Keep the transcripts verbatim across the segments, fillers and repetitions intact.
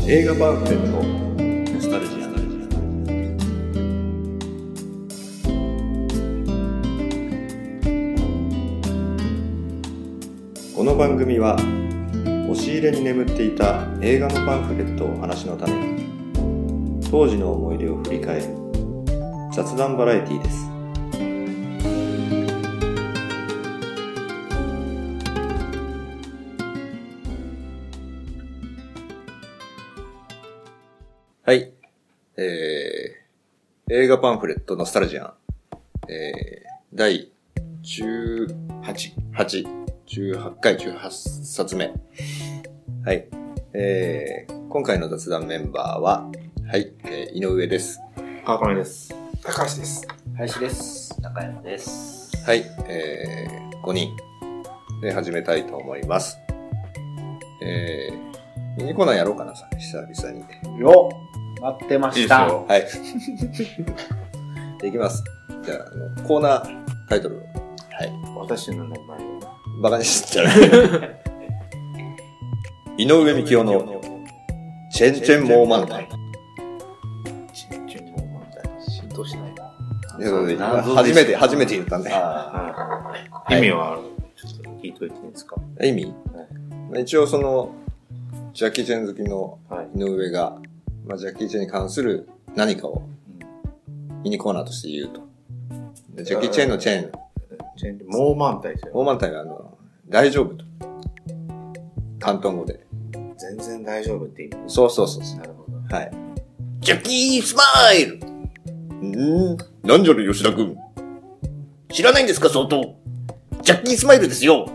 映画パンフレットノスタルジア。この番組は押し入れに眠っていた映画のパンフレットをお話のために当時の思い出を振り返る雑談バラエティです。はい、えー、映画パンフレットノスタルジアン、えー、だいじゅうはち、じゅうはちかいじゅうはっさつめ。はい、えー、今回の雑談メンバーは、はい、えー、井上です。 川上です。 高橋です。 林です。中山です。 はい、えー、ごにんで始めたいと思います。えー、ミニコーナーやろうかな、久々に。 よっ待ってました。 いいですよ。はい。いきます。じゃあ、あのコーナータイトル。はい。 私の名前を。 バカにしちゃう。井上美京のチェンチェンモーマンタイ。 チェンチェンモーマンタイ。浸透しないな。初めて、初めて言ったんで。 意味は、ちょっと聞いといていいですか？ 意味、はい、一応その、ジャッキーチェン好きの井上が、まあ、ジャッキーチェンに関する何かをミニコーナーとして言うと。でジャッキーチェンのチェーン。 チェーンモーマンタイですよ。 モーマンタイはあの、大丈夫と。広東語で。 全然大丈夫って意味。 そうそうそう。 なるほど。 はい。ジャッキースマイルんー、なんじゃろ吉田くん。知らないんですか相当。ジャッキースマイルですよ。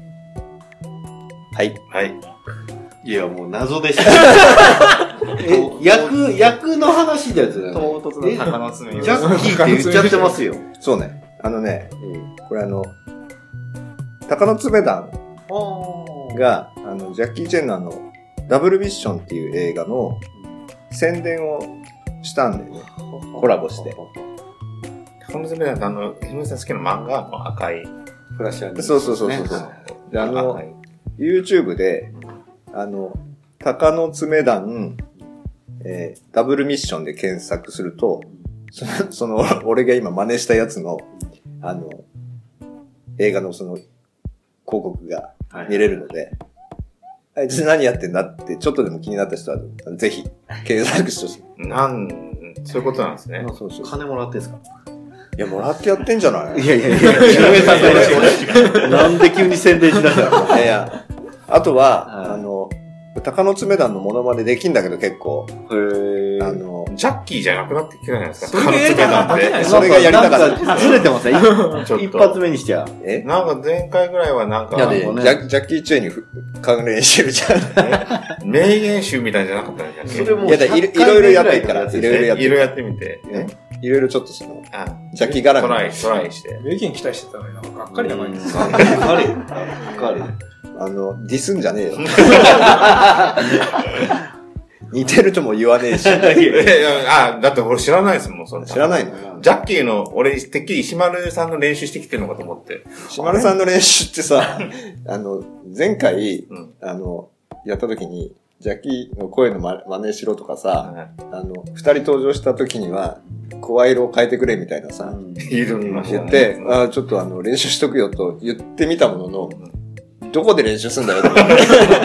はい。 はい。 いや、もう謎でした。え、役、役の話だよね。 唐突な鷹の爪。 ジャッキーって言っちゃってますよ。 そうね。あのね、これあの、鷹の爪団が、あの、ジャッキー・チェンのあの、ダブルミッションっていう映画の宣伝をしたんだよね。コラボして。 鷹の爪団ってあの、井上さん好きな漫画の赤い。 フラッシュアニメ。 そうそうそうそう。で、あの、YouTube で、あの、鷹の爪団、えー、ダブルミッションで検索すると、その、その俺が今真似したやつの、あの、映画のその、広告が見れるので、はい、あいつ何やってんだってちょっとでも気になった人は、ぜひ、検索してほしい。 なん、そういうことなんですね。 そうそう。金もらってんすか？ いや、もらってやってんじゃない？ いやいやいや、井上さんと同じ。なんで急に宣伝しだしたの？ いやいや、あとは、あの、鷹の爪団のモノマネできんだけど結構。 へー。 あの、 ジャッキーじゃなくなってきたじゃないですか。 それがやりたかった。 それがやりたかった。 ずれてますね。一発目にしちゃう。 えなんか前回ぐらいはなんか、 いやね、ジャ、ジャッキー・チェンに関連してるじゃん。 名言集みたいじゃなかったんじゃん。 それもいや、いろいろやってるから。いろいろやっていろいろやってみて。 いろいろちょっとその、 あジャッキー絡み。 トライ、トライして。 名言期待してたのになんかがっかりな感じです。 がっかり。がっかり。 あの、ディスんじゃねえよ。似てるとも言わねえし。 あ、だって俺知らないですもん、そんな。 知らないの？ ジャッキーの、俺、てっきり石丸さんの練習してきてるのかと思って。 石丸さんの練習ってさ、あの、前回、 うん、 あの、やった時に、ジャッキーの声の真似しろとかさ、うん、あの、二人登場した時には、声色を変えてくれみたいなさ、 うん、言って、ああ、ちょっとあの、練習しとくよと言ってみたものの、うん、どこで練習すんだよと思って。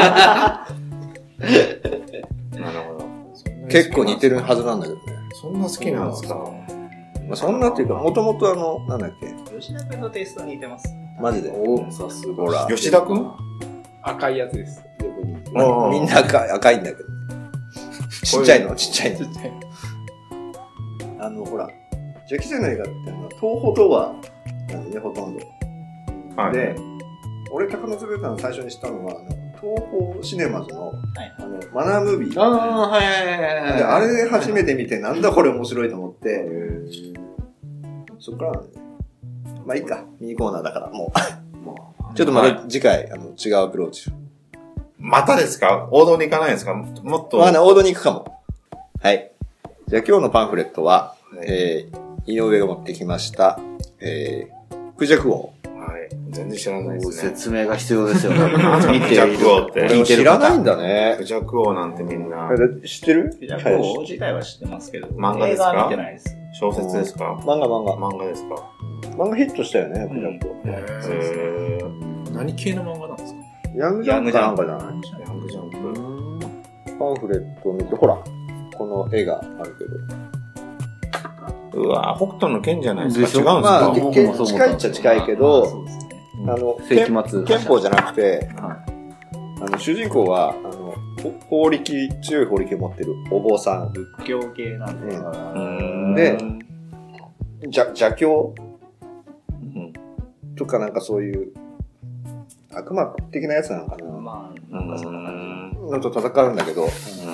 なるほど。 結構似てるはずなんだけどね。 そんな好きなんですか？ まあ、そんなっていうか、もともとあの、なんだっけ。 吉田くんのテイスト似てます。 マジで。 おさすが。 ほら。 吉田くん？ 赤いやつです。 まあ、みんな赤い、赤いんだけど。ちっちゃいの、ちっちゃいの。 ちっちゃいあの、ほら、ジャッキー・チェンの映画ってあの、東宝とは、なんでね、ほとんど。はい、で、俺、鷹の爪団最初に知ったのは、あの東宝シネマズの、はい、あの、マナームービー。 ああ、はいはいはいはい。 で、あれで初めて見て、なんだこれ面白いと思って、そっからなんだね。まあいいか、ミニコーナーだから、もう。ちょっとまた次回、あの、違うアプローチ。 またですか？王道に行かないですか？もっと。 まあね、王道に行くかも。はい。じゃあ今日のパンフレットは、はい、えー、井上が持ってきました、えー、クジャク王。 全然知らないですね。 説明が必要ですよね。 見てる人って。 俺も知らないんだね。 クジャク王なんてみんな。 知ってる？ クジャク王自体は知ってますけど。 漫画ですか？ 映画は見てないです。 小説ですか？ 漫画漫画。 漫画ですか？ 漫画ヒットしたよね、クジャク王。 へー。 何系の漫画なんですか？ ヤングジャンプかなんかじゃない？ ヤングジャンプ。 パンフレットを見て、ほら、この絵があるけど。 うわぁ、北斗の剣じゃないですか。違うんですまか？ あ、け近いっちゃ近いけど、あの、 世紀末憲法じゃなくて、あの、主人公は、あの、法力、強い法力を持ってるお坊さん。 仏教系なんで。 うんで、邪、邪教うんとかなんかそういう悪魔的なやつなのかな、 まあ、なんかそんな感のと戦うんだけど、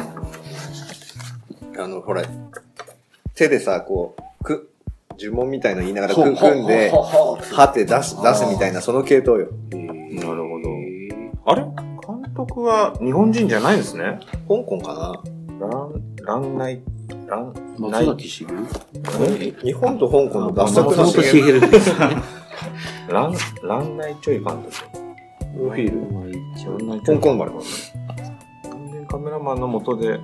あの、ほら、手でさ、こう、く、呪文みたいの言いながらく組んで、はって出す、出すみたいな、その系統よ。 なるほど。あれ監督は日本人じゃないんですね。 香港かなラン、ランナイ、ラン、 松崎しげる日本と香港の合作の松本しげるですね。 ラン、ランナイチョイ監督。 プロフィール。 ル。 香港生まれ。 完全カメラマンの下で、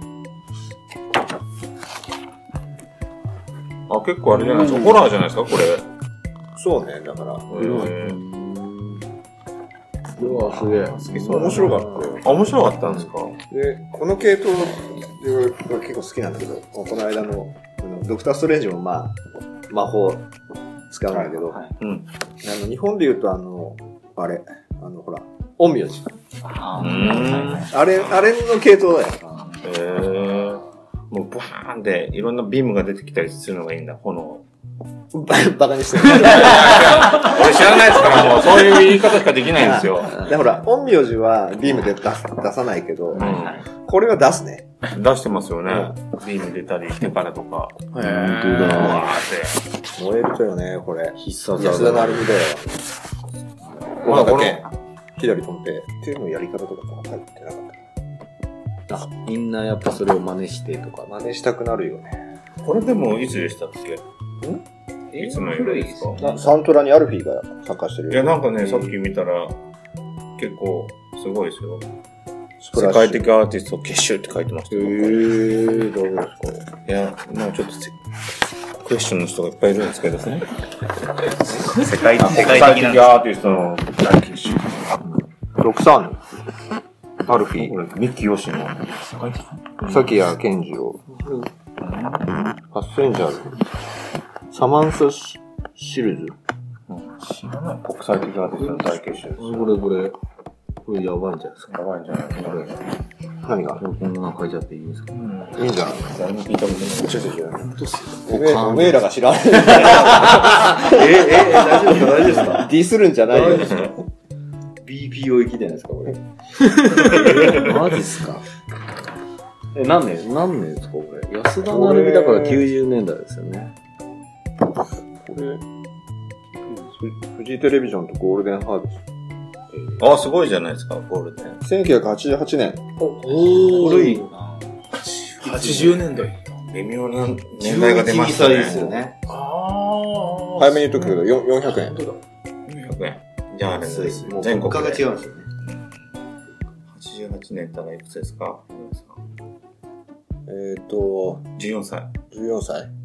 あ、結構あれじゃないですか。ホラーじゃないですか、これ。 そうね、だから。 へーうわ、すげえ。 好きそう。 面白かったよ。 あ、面白かったんですか？ で、この系統が結構好きなんだけど、この間の、ドクターストレンジもまあ、魔法使うんだけど、 はい。 うん。 あの日本で言うとあの、あれ、あの、ほら、陰陽師。 あうーんあれ、あれの系統だよ。 へー。もうバーンっていろんなビームが出てきたりするのがいいんだ、炎。 ババカにしてる。 俺知らないですから、もうそういう言い方しかできないんですよ。 で、ほら、陰陽師はビームで出す出さないけど、 うんこれは出すね。 出してますよね。ビーム出たり、手からとか。 本当うだ。 わーって。 燃えるとよね、これ。 必殺安田技。 成美だよ。 まあ小畑健、左飛んで、手のやり方とか書いてなかった。 あ、みんなやっぱそれを真似してとか。 真似したくなるよね。 これでもいつでしたっけ？いつの映画古いでかですすね。 なサントラにアルフィーが参加してるよ。 いや、なんかね、さっき見たら、結構、すごいですよ。世スプラッシュ界的アーティスト結集って書いてましたよ。 へー、どうですか？ いや、まあちょっとせ、クエスチョンの人がいっぱいいるんですけどね。 世界的、世世界界的な。 的アーティストの大結集。 ろくさん、アルフィこれ、ミキヨシの。 ー、サキヤ・ケンジロウ、パッセンジャーズ、サマンサ・シシルズ。 知らない。国際的アーティストの大結集です。 これこれ、これやばいんじゃないですか。 やばいんじゃないですか。これ。 何がこんなの書いちゃっていいんですか？ いいんじゃない誰も聞いたことない。 ちょちょちょ。 本当っすよ。 おめえ、おめえらが知らない。 え、え、大丈夫ですか？大丈夫ですか？ ディスるんじゃないよ。 ビーピーオー 行きじゃないですか、これ。マジっすか？え、何年何年ですか、これ。安田成美だからきゅうじゅうねんだいですよね。 これ、フジテレビジョンとゴールデンハーベスあ、すごいじゃないですか、ゴールデン。 ト。せんきゅうひゃくはちじゅうはちねん。 お古い。 はちじゅうねんだい。 微妙な年代が出ましたね。 ですよね。 ああ。 早めに言っとくけど、よんひゃくえん。 よんひゃくえん。じゃああれです。 もう全国で。 物価が違うんですよね。 はちじゅうはちねんったらいくつですか？ えっと、 じゅうよんさい。 じゅうよんさい。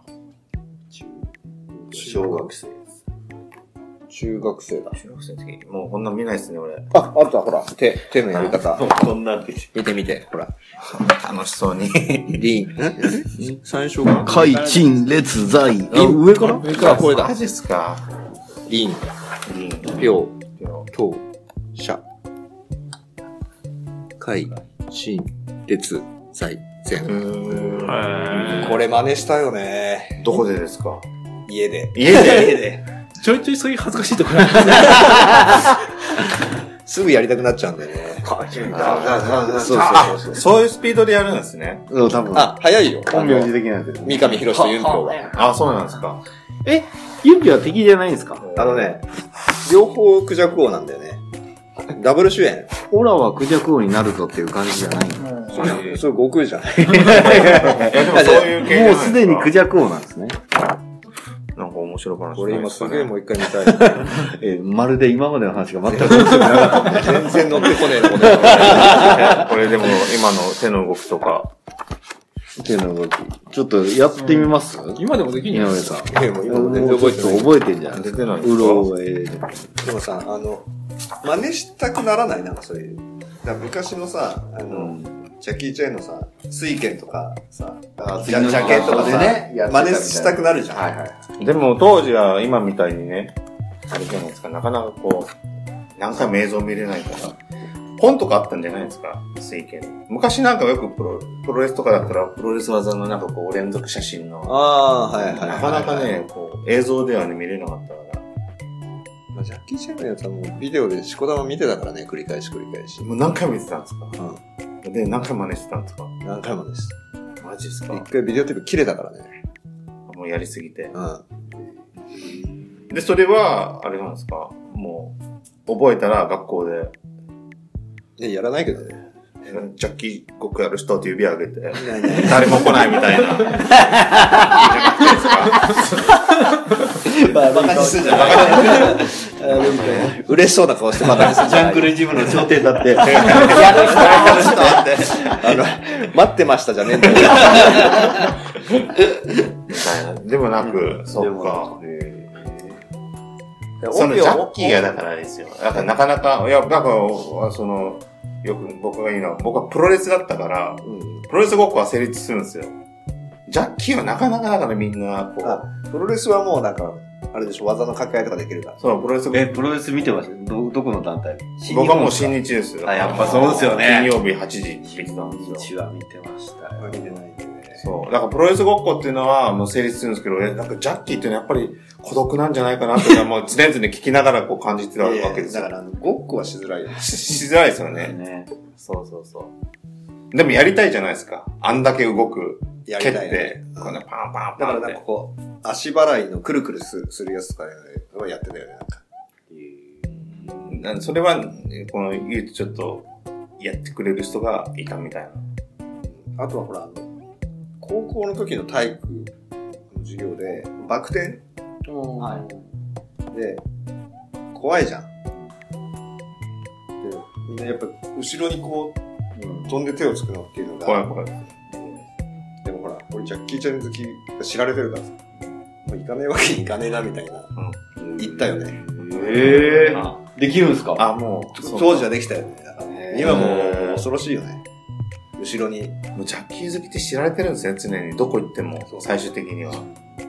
小学生です。 中学生だ。 中学生の時、もうこんなん見ないですね、俺。 あ、あった、ほら、手、手のやり方。 こんなんで見て見て、ほら。 楽しそうに。 リン。ん最初が。 海鎮列在。あ、上から上からこれだマ。ジっすか？ リン、 リン。 ピョウ、 票。 トウ、シャ。海、シン、列、在、全。これ真似したよね。 どこでですか？ 家で。 家で？家で。 ちょいちょいそういう恥ずかしいところありますね。 すぐやりたくなっちゃうんだよね。 あそうあそうそう。 そういうスピードでやるんですね。 うん、多分。 あ、早いよ。 本名字的なんですよ。 三上博史とユンピョウは。 あ、そうなんですか。 え、ユンピは敵じゃないんですか？ あのね、両方クジャク王なんだよね。ダブル主演。 オラはクジャク王になるぞっていう感じじゃないの？ それ、それ悟空じゃない。 いやでもそういう系じゃないもうすでにクジャク王なんですね。 なんか面面白話。 これ今すげえもう一回見たい。 えー、まるで今までの話が全く面白くなかった。 全然乗ってこねえな、ここれでも今の手の動きとか。 手の動き。ちょっとやってみます、うん、 今でもできんじゃないですか。 れ。いやもう今も全然覚えてない。 覚えてんじゃん。 出てないんですか。 うろ覚えで。 でもさ、あの、真似したくならないなんかそういう。だから昔のさ、あの、うん、ジャッキー・チェーンのさ、水拳とかさ、ジャケとかさ、ね、真似したくなるじゃん。はいはい。 でも当時は今みたいにね、あれじゃないですか、なかなかこう、何回も映像見れないから、本とかあったんじゃないですか、水拳。昔なんかよくプロ、プロレスとかだったら、プロレス技のなんかこう、連続写真の。 ああ、はいはいはい。 なかなかね、こう、映像ではね、見れなかったから。 まあ、ジャッキー・チェーンのやつはもうビデオでしこ玉見てたからね、繰り返し繰り返し。 もう何回も見てたんですか。うん。で、何回も真似してたんですか。 何回もです。 マジですか。 一回ビデオテープ切れたからね。 もうやりすぎて。 うん。 で、それは、あれなんですか、もう、覚えたら学校で。 いや、やらないけどね。 ジャッキー国やる人って指上げて、誰も来ないみたいな。 バカにするじゃん。嬉しそうな顔してバカにする。 ジャングルジムの頂点だって。やる人、 やる人って。あの、待ってましたじゃねえんだよ。 みたいな。でもなく、そっか。そのジャッキーがだからですよ。だからなかなか、いや、なんか、その、よく僕が言うのは、僕はプロレスだったから、うん、プロレスごっこは成立するんですよ。ジャッキーはなかなかだからみんな、こう。プロレスはもうなんか、あれでしょ、技の掛け合いとかできるから。 そう、プロレス。 え、プロレス見てましたど、どこの団体？ 僕はもう新日ですよ。 あ、やっぱそうですよね。 金曜日はちじに見てたんですよ。 新日は見てましたよ。 見てないんでね。 そう。だからプロレスごっこっていうのはもう成立するんですけど、え、なんかジャッキーっていうのはやっぱり孤独なんじゃないかなっていうのはもう常々聞きながらこう感じてたわけですよ。 だからごっこはしづらいよ。 し、しづらいですよね。ね。そうそうそう。でもやりたいじゃないですか。あんだけ動く。やりたい、ね。蹴って、こんなパンパンパンって。 だからなんかこう、足払いのくるくるするやつとかやってたよね、 なんか。それは、この、言うとちょっと、やってくれる人がいたみたいな。あとはほら、あの、高校の時の体育の授業で、バク転、はい、で、怖いじゃん。で、みんなやっぱ、後ろにこう、うん、飛んで手をつくのっていうのが、 怖い怖い。 でもほら、俺ジャッキー・チェン好きが知られてるからさ、もう行かねえわけにいかねえなみたいな、うん、言ったよね。 へえー。できるんですか？ あ、もう。 当時はできたよね。今もう恐ろしいよね。後ろに。 もうジャッキー好きって知られてるんですね、常に。どこ行っても、最終的には。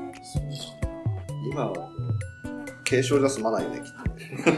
今は、継承じゃ済まないよね、きっと。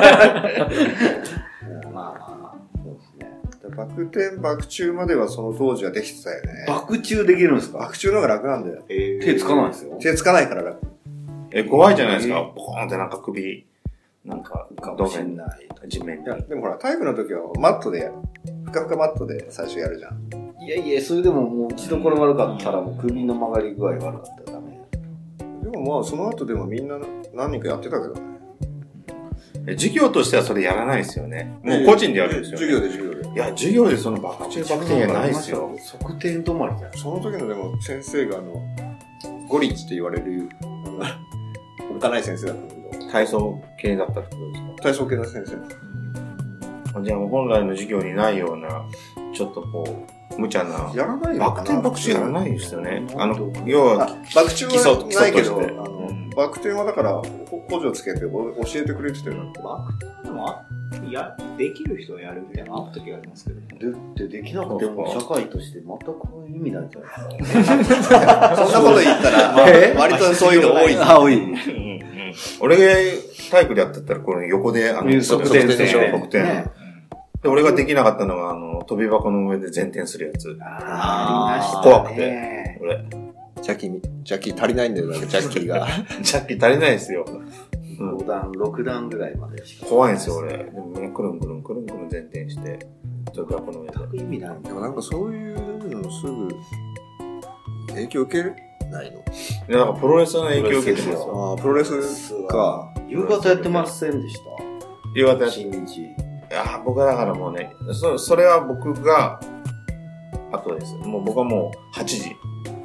まあまあまあ、そうですね。バク転、バク宙まではその当時はできてたよね。 バク宙できるんですか？ バク宙の方が楽なんだよ。 えー、手つかないですよ。 手つかないから楽。 え、怖いじゃないですか。ポーンってなんか首、なんか、 どうしんない。 地面に。 でもほら、体育の時はマットでやる。ふかふかマットで最初やるじゃん。 いやいや、それでももう一度これ悪かったらもう首の曲がり具合悪かったらダメ。 でもまあ、その後でもみんな何人かやってたけどね。 授業としてはそれやらないですよね。もう個人でやるんですよ、ね。 授業で授業で。 いや、授業でそのバク宙バク転やないですよ。 側転止まりじゃん。 その時のでも先生があの、ゴリッチって言われる、幼い先生だったんだけど。 体操系だったってことですか？ 体操系の先生。 じゃあもう本来の授業にないような、ちょっとこう、無茶な。 やらないよ。 バク転バク宙やらないですよね。あの、要は、 バク宙はないけど、あの、バク転はだから、補助つけて教えてくれてたよ。 バク転でも、いや、できる人はやるみたいなのあった気がありますけどね。 で、できなかったら社会として全く意味ないじゃないですか。そんなこと言ったら、割とそういうの多い。 あ、多い。 俺が体育でやってたら、これ横で、あの、 側転でしょ、側転。で、俺ができなかったのが、あの、飛び箱の上で前転するやつ。 ああ、 怖くて。俺。 ジャッキー、ジャッキー足りないんだよ、なんかジャッキーが。 ジャッキー足りないですよ。 ご段、ろく段ぐらいまでしか。 怖いんですよ、俺。でもみんなくるんくるんくるんくるん前転して、飛び箱の上で。 全く意味ない。 でもなんかそういうのすぐ、影響受けるないの？ いや、なんかプロレスの影響受けてますよ。 ああ、プロレスか。 夕方やってませんでした？ 夕方やって新日。 いや、僕はだからもうね、そ、それは僕が、後です。もう僕はもうはちじ。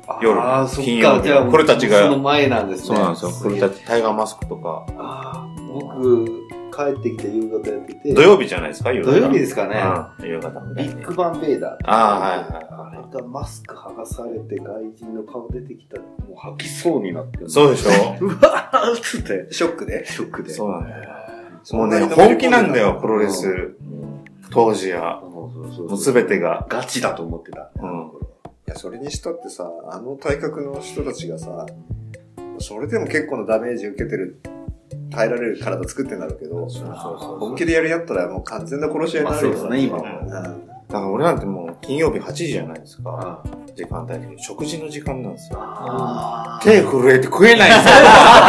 夜ああ、そっ金曜か。じゃあ、 日これたちがその前なんですね。 そうなんですよ。これたち、タイガーマスクとか。 ああ、僕、帰ってきて夕方やってて。 土曜日じゃないですか、夕方。 土曜日ですかね。 うん、夕方みたいに。 ビッグバンベイダー。 ああ、はいはいはい。 あれがマスク剥がされて外人の顔出てきたら、もう吐きそうになってる。 そうでしょうわーっつって。 ショックで。 ショックで。 そうなんだよ。もうね、本気なんだよ、プロレス。当時は。もうすべてが。 ガチだと思ってた。 うん。 いや、それにしたってさ、あの体格の人たちがさ、それでも結構なダメージ受けてる、耐えられる体作ってんだろうけど、本気でやり合ったらもう完全な殺し合いになるよ、 まあそうですね今もうんだから俺なんてもう金曜日はちじじゃないですか。時間帯に。食事の時間なんですよ。手震えて食えないんですよ。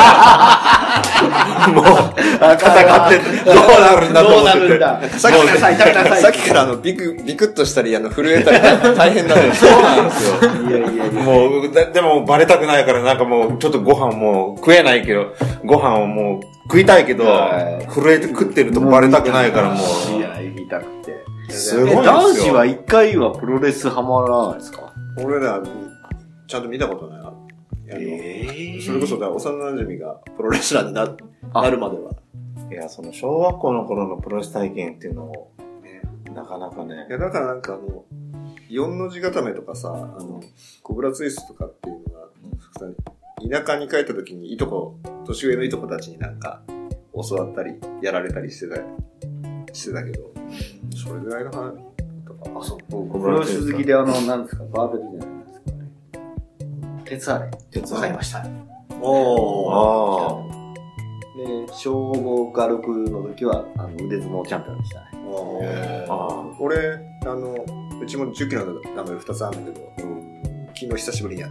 もう、肩買ってどうなるんだと思って。 どうなるんだ。 さっきからさっきからあのビクビクッとしたりあの震えたり大変なんですよ。 そうなんですよ。 いやいやいや。 もう、ででもバレたくないからなんかもうちょっとご飯も食えないけど、ご飯をもう食いたいけど、震えて食ってるとバレたくないからもう。 いや、言いたくて。 すごいですよ。 男子は一回はプロレスハマらないですか？ 俺らちゃんと見たことないな。えー、それこそだ幼馴染がプロレスラーに な, なるまでは。 いや、その小学校の頃のプロレス体験っていうのを、ね、なかなかね。 いや、だからなんかあの、四の字固めとかさ、あの、コブラツイストとかっていうのが、田舎に帰った時にいとこ、年上のいとこたちになんか教わったり、やられたりしてた、してたけど、それぐらいの話とか。 あ、そう。プロレス好きであの、なんですか、バーベルじゃないですかね。鉄アレ。 鉄わかりました。 おー。 ああ。 で、小ごかろくの時は、あの、腕相撲チャンピオンでしたね。 あ俺、あの、うちもじゅっキロのダンベルふたつあるんだけど、昨日久しぶりにやった。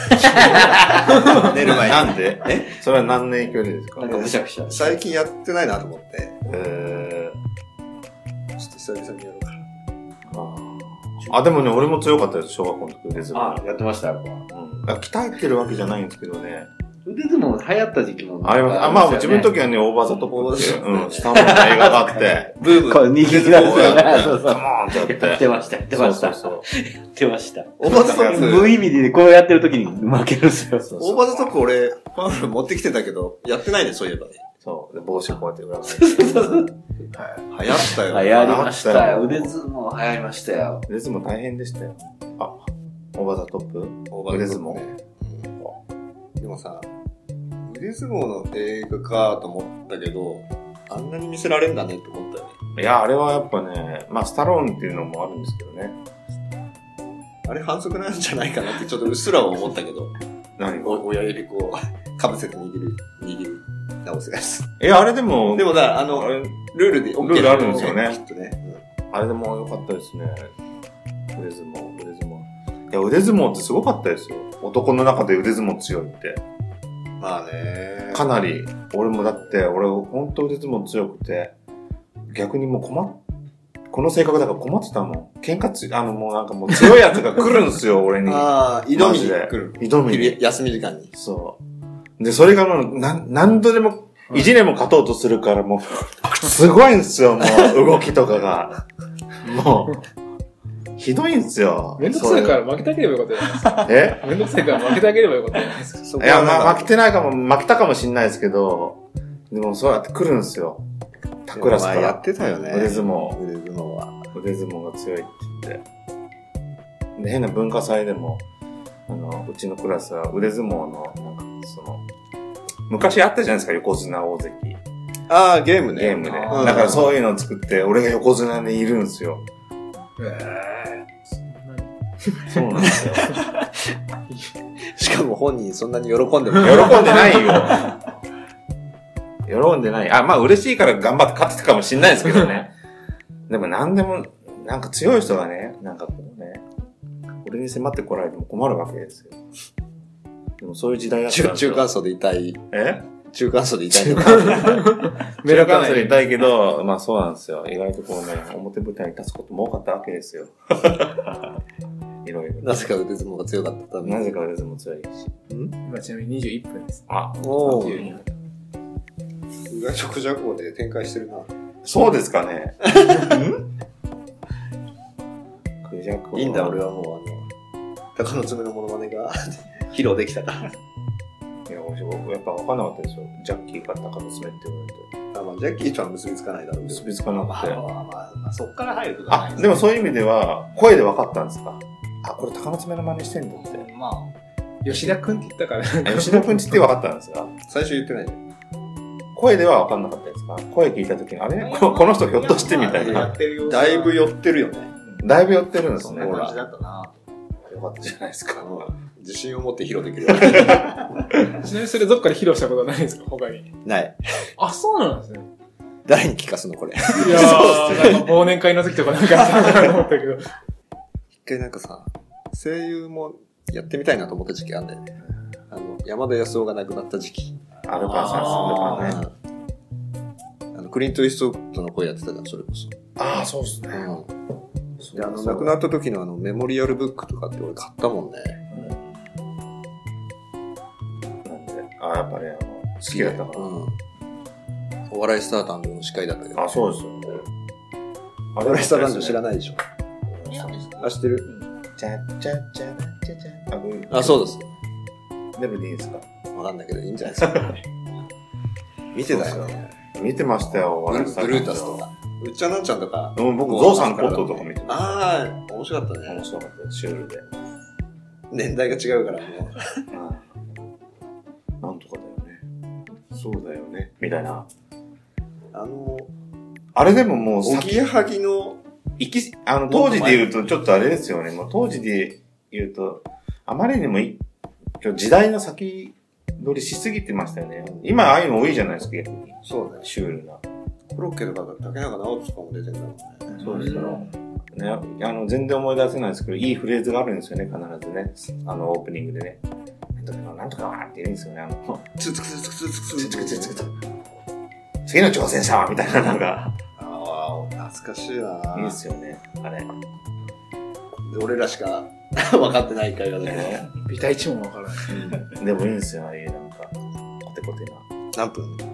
寝る前に。 なんでえそれは何年影響でですか？ なんかむしゃくしゃ。 最近やってないなと思って、 えちょっと久々にやろうかな。 ー、あ、でもね、俺も強かったです、小学校の時腕相撲。 あ、やってましたよ。 うん。鍛えてるわけじゃないんですけどね。 腕相撲流行った時期もあります。あ、まあ自分の時はね、オーバーザトップっていう、うん、スタンドの映画があって、 ブーム。 これ握り出すよね。そうそう。 カモーンってやって。 やってました、やってました。 そうそうやってました。 オーバーザトップ、 無意味でこうやってる時に負けるんですよ。 そう。 オーバーザトップ俺、パンフル持ってきてたけど、やってないね、そういえばね。 そう。で、帽子こうやって裏返して。 流行ったよ。 流行りましたよ。腕相撲流行りましたよ。 腕相撲大変でしたよ。あ、オーバーザトップオーバーザトップね。でもさ、腕相撲の映画かと思ったけど、あんなに見せられるんだねって思ったよね。 いや、あれはやっぱね、まあ、スタローンっていうのもあるんですけどね。 あれ反則なんじゃないかなってちょっとうっすら思ったけど、 何お親指こう、かぶせて握る、握る、直すやつ。 え、あれでも、 でもだ、あの、 あれ、 ルールで OK ルールあるんですよねきっとね。 あれでも良かったですね。腕相撲、腕相撲。いや、腕相撲ってすごかったですよ。男の中で腕相撲強いって。 うん、まあね。 かなり、俺もだって、俺ほんと腕相撲強くて、逆にもう困っ、この性格だから困ってたもん。喧嘩つ、あのもうなんかもう強いやつが来るんすよ、俺に。 ああ、挑みに来る。 挑みに。 休み時間に。 そう。で、それがもう、なん、何度でも、意地でも勝とうとするから、もう、すごいんですよ、もう、動きとかが。もう、ひどいんですよ。 めんどくさいから負けてあげればよかったじゃないですか。 えめんどくさいから負けてあげればよかったじゃないですか。 いや、まあ、負けてないかも、負けたかもしんないですけど、でもそうやって来るんですよ。タクラスから。 やってたよね。 腕相撲。 腕相撲は。 腕相撲が強いって言って。で、変な文化祭でも、あの、うちのクラスは腕相撲の、なんか、その、昔あったじゃないですか、横綱大関。 ああ、ゲームね。 ゲームで。 うんだからそういうのを作って、俺が横綱にいるんですよ。 えそうなんですよ。 しかも本人そんなに喜んでも喜んでないよ。喜んでない。あ、まあ嬉しいから頑張って勝ってたかもしんないですけどね。でも何でも、なんか強い人がね、なんかこうね、俺に迫ってこられても困るわけですよ。でもそういう時代だったん中ですよ。 中間層でいたい。 え中間層でいたいのか。 目立たない。でいたいけど、まあそうなんですよ。意外とこうね、表舞台に立つことも多かったわけですよ。いろいろ。 なぜか腕相撲が強かったために。 なぜか腕相撲強いし。 今ちなみににじゅういっぷんです。 あ、 おー。 い意外とクジャコで展開してるな。 そうですかね。クジャクいいんだ、俺はもう鷹の爪のモノマネが披露できたから。 いや、僕やっぱ分かんなかったですよ。ジャッキーが鷹の爪って言われて。 あ、まあ、ジャッキーとは結びつかないだろうけど。 結びつかなくて。 まあまあまあ、そっから入るとかないあ、でもそういう意味では、声で分かったんですか？あ、これ鷹の爪の真似してんだって。 まあ、 吉田くんって言ったから。 吉田くんちって分かったんですか？ 最初言ってないじゃん。 声では分かんなかったですか？声聞いたときに、あれここの人ひょっとしてみたいな。 だいぶ寄ってるよね。 だいぶ寄ってるんですそんね。 な感じだったな。 よかったじゃないですか。 自信を持って披露できるよ。 ちなみにそれどっかで披露したことないんですか他に。 ない。 あ、そうなんですね。 誰に聞かすのこれ。 いやー、なんか忘年会の時とかなんかさ、思ったけど。 一回なんかさ、声優もやってみたいなと思った時期あんだよね。あの、山田康夫が亡くなった時期。 アルカさん住んでからね。 あの、クリント・イーストウッドの声やってたじゃん、それこそ。 ああ、そうっすね。 うん。で、あの、亡くなった時のあの、メモリアルブックとかって俺買ったもんね。 なんで、ああ、やっぱりあの、好きだったから。 うん。お笑いスター誕生の司会だったけど。 あ、そうですよね。 お笑いスター誕生知らないでしょ。あ、知ってる？ チャッチャッチャッチャッチャッ。 あ、そうです。 でもいいですか？ わかんないけど、いいんじゃないですか。見てたよね。 見てましたよ、 ブルータスとか。うっちゃなんちゃんとか。 うん、僕、ゾウさんコットとか見てました。 ああ、面白かったね。 面白かったです、シュールで。 年代が違うからもう。 なんとかだよね。そうだよね。みたいな。 あの、 あれでももう、 おぎやはぎの、 いき、あの、当時で言うとちょっとあれですよね。もう当時で言うと、あまりにもい、時代の先取りしすぎてましたよね。今、ああいうの多いじゃないですか、逆に。 そうね。 シュールな。 コロッケとか竹中直人とかも出てんだろうね。 そうですよ。ね、あの、全然思い出せないですけど、いいフレーズがあるんですよね、必ずね。あの、オープニングでね。なんとか、なんとかなって言うんですよね、あの、 ツツクツツクツツクツツクツツクツ次の挑戦者はみたいなのが。 ああ、懐かしいな。 いいですよね、あれ。 俺らしか分かってない会話だけど。 ビタ一問わからない。 でもいいんですよ、ああいうなんか、コテコテな。 何分？ なんか、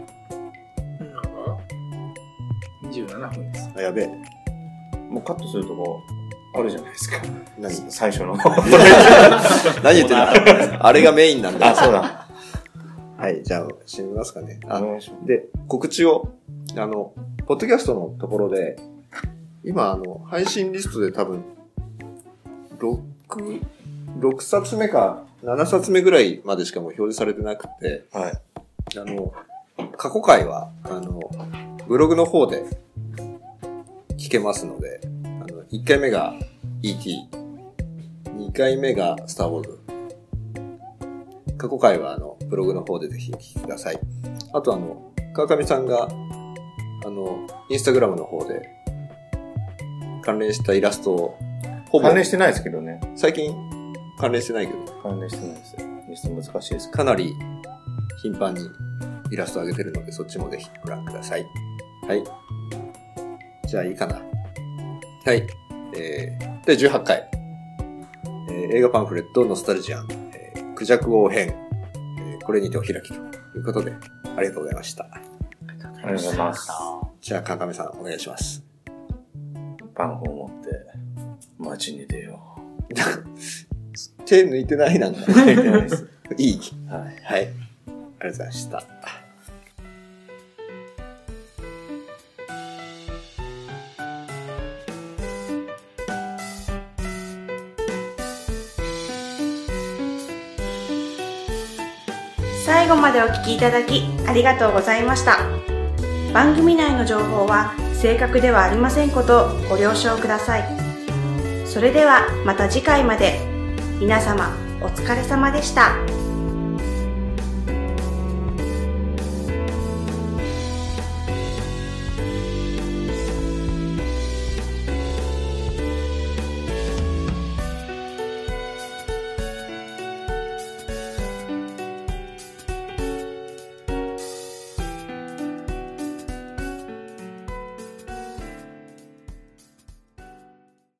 にじゅうななふんです。 あ、やべえ。 もうカットするとこ、あるじゃないですか。 何最初の。 何言ってんだあれがメインなんだ。 あ、そうだ。 はい、じゃあ、締めますかね。あお願いします。 で、告知を、あの、ポッドキャストのところで、今、あの、配信リストで多分、ろく、ろくさつめかななさつめぐらいまでしかもう表示されてなくて、 はい。 あの、過去回は、あの、ブログの方で聞けますので、あの、いっかいめが イーティー、にかいめがスターウォーズ。過去回はあの、ブログの方でぜひお聞きください。あとあの、川上さんが、あの、インスタグラムの方で、関連したイラストを、ほぼ、 関連してないですけどね。 最近関連してないけど、 関連してないです。インスタ難しいですけかなり頻繁にイラスト上げてるので、そっちもぜひご覧ください。はい。じゃあいいかな。はい。えー、で、じゅうはちかい。えー、映画パンフレットノスタルジアン、えー、クジャク王編、えー、これにてお開きということで、ありがとうございました。 ど。ありがとうございます。 じゃあ、川上さん、お願いします。 パンフを持って、街に出よ手抜いてないなんだ。 う。出てないです。 いい。 はい。 はい。ありがとうございました。 最後までお聞きいただきありがとうございました。番組内の情報は正確ではありませんことをご了承ください。それではまた次回まで。皆様お疲れ様でした。